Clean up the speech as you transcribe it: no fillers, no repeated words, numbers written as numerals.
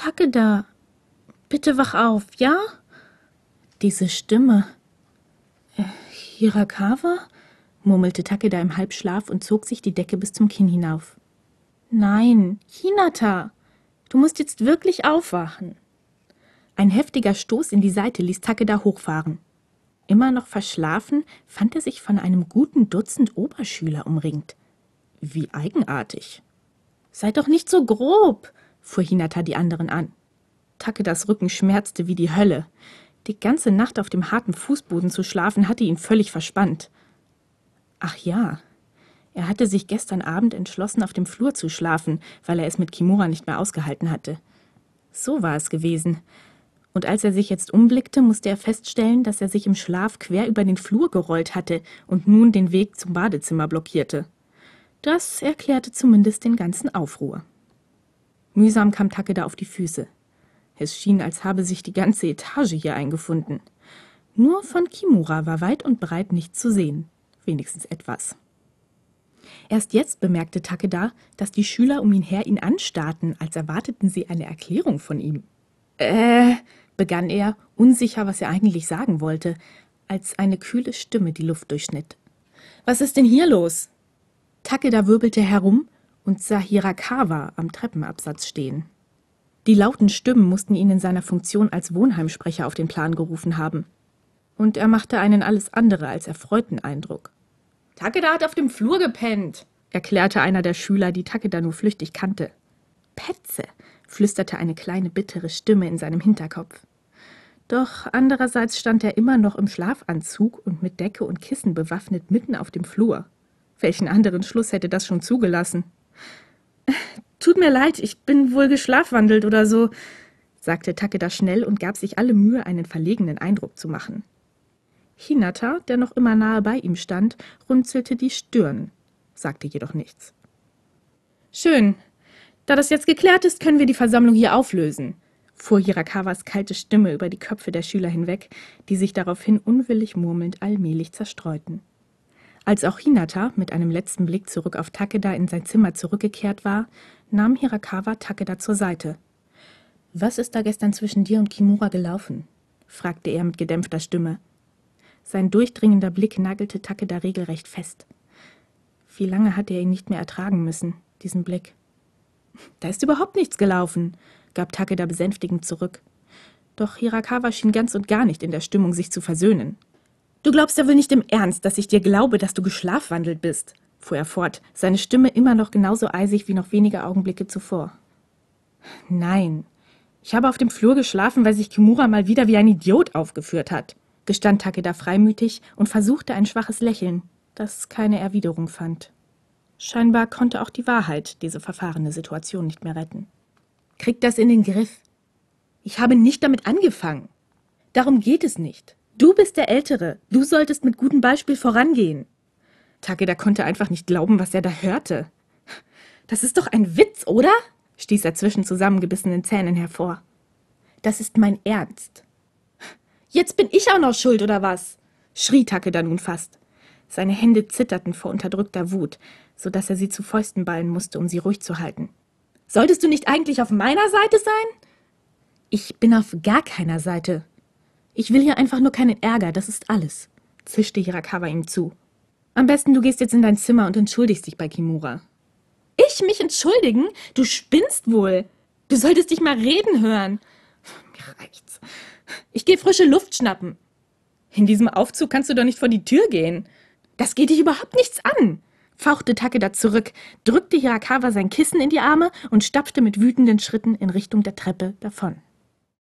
Takeda, bitte wach auf, ja? Diese Stimme. Hirakawa? Murmelte Takeda im Halbschlaf und zog sich die Decke bis zum Kinn hinauf. Nein, Hinata, du musst jetzt wirklich aufwachen. Ein heftiger Stoß in die Seite ließ Takeda hochfahren. Immer noch verschlafen, fand er sich von einem guten Dutzend Oberschüler umringt. Wie eigenartig. Sei doch nicht so grob, fuhr Hinata die anderen an. Takedas Rücken schmerzte wie die Hölle. Die ganze Nacht auf dem harten Fußboden zu schlafen, hatte ihn völlig verspannt. Ach ja, er hatte sich gestern Abend entschlossen, auf dem Flur zu schlafen, weil er es mit Kimura nicht mehr ausgehalten hatte. So war es gewesen. Und als er sich jetzt umblickte, musste er feststellen, dass er sich im Schlaf quer über den Flur gerollt hatte und nun den Weg zum Badezimmer blockierte. Das erklärte zumindest den ganzen Aufruhr. Mühsam kam Takeda auf die Füße. Es schien, als habe sich die ganze Etage hier eingefunden. Nur von Kimura war weit und breit nichts zu sehen. Wenigstens etwas. Erst jetzt bemerkte Takeda, dass die Schüler um ihn her ihn anstarrten, als erwarteten sie eine Erklärung von ihm. Begann er, unsicher, was er eigentlich sagen wollte, als eine kühle Stimme die Luft durchschnitt. Was ist denn hier los? Takeda wirbelte herum und sah Hirakawa am Treppenabsatz stehen. Die lauten Stimmen mussten ihn in seiner Funktion als Wohnheimsprecher auf den Plan gerufen haben. Und er machte einen alles andere als erfreuten Eindruck. Takeda hat auf dem Flur gepennt, erklärte einer der Schüler, die Takeda nur flüchtig kannte. Petze, flüsterte eine kleine bittere Stimme in seinem Hinterkopf. Doch andererseits stand er immer noch im Schlafanzug und mit Decke und Kissen bewaffnet mitten auf dem Flur. Welchen anderen Schluss hätte das schon zugelassen? »Tut mir leid, ich bin wohl geschlafwandelt oder so«, sagte Takeda schnell und gab sich alle Mühe, einen verlegenen Eindruck zu machen. Hinata, der noch immer nahe bei ihm stand, runzelte die Stirn, sagte jedoch nichts. »Schön. Da das jetzt geklärt ist, können wir die Versammlung hier auflösen«, fuhr Hirakawas kalte Stimme über die Köpfe der Schüler hinweg, die sich daraufhin unwillig murmelnd allmählich zerstreuten. Als auch Hinata mit einem letzten Blick zurück auf Takeda in sein Zimmer zurückgekehrt war, nahm Hirakawa Takeda zur Seite. »Was ist da gestern zwischen dir und Kimura gelaufen?« fragte er mit gedämpfter Stimme. Sein durchdringender Blick nagelte Takeda regelrecht fest. Wie lange hatte er ihn nicht mehr ertragen müssen, diesen Blick? »Da ist überhaupt nichts gelaufen«, gab Takeda besänftigend zurück. Doch Hirakawa schien ganz und gar nicht in der Stimmung, sich zu versöhnen. »Du glaubst ja wohl nicht im Ernst, dass ich dir glaube, dass du geschlafwandelt bist«, fuhr er fort, seine Stimme immer noch genauso eisig wie noch wenige Augenblicke zuvor. »Nein, ich habe auf dem Flur geschlafen, weil sich Kimura mal wieder wie ein Idiot aufgeführt hat«, gestand Takeda freimütig und versuchte ein schwaches Lächeln, das keine Erwiderung fand. Scheinbar konnte auch die Wahrheit diese verfahrene Situation nicht mehr retten. »Krieg das in den Griff. Ich habe nicht damit angefangen. Darum geht es nicht. Du bist der Ältere. Du solltest mit gutem Beispiel vorangehen.« Takeda konnte einfach nicht glauben, was er da hörte. »Das ist doch ein Witz, oder?« stieß er zwischen zusammengebissenen Zähnen hervor. »Das ist mein Ernst.« »Jetzt bin ich auch noch schuld, oder was?« schrie Takeda nun fast. Seine Hände zitterten vor unterdrückter Wut, so dass er sie zu Fäusten ballen musste, um sie ruhig zu halten. »Solltest du nicht eigentlich auf meiner Seite sein?« »Ich bin auf gar keiner Seite. Ich will hier einfach nur keinen Ärger, das ist alles«, zischte Hirakawa ihm zu. »Am besten, du gehst jetzt in dein Zimmer und entschuldigst dich bei Kimura.« »Ich mich entschuldigen? Du spinnst wohl. Du solltest dich mal reden hören. Mir reicht's. Ich gehe frische Luft schnappen.« »In diesem Aufzug kannst du doch nicht vor die Tür gehen.« »Das geht dich überhaupt nichts an«, fauchte Takeda zurück, drückte Hirakawa sein Kissen in die Arme und stapfte mit wütenden Schritten in Richtung der Treppe davon.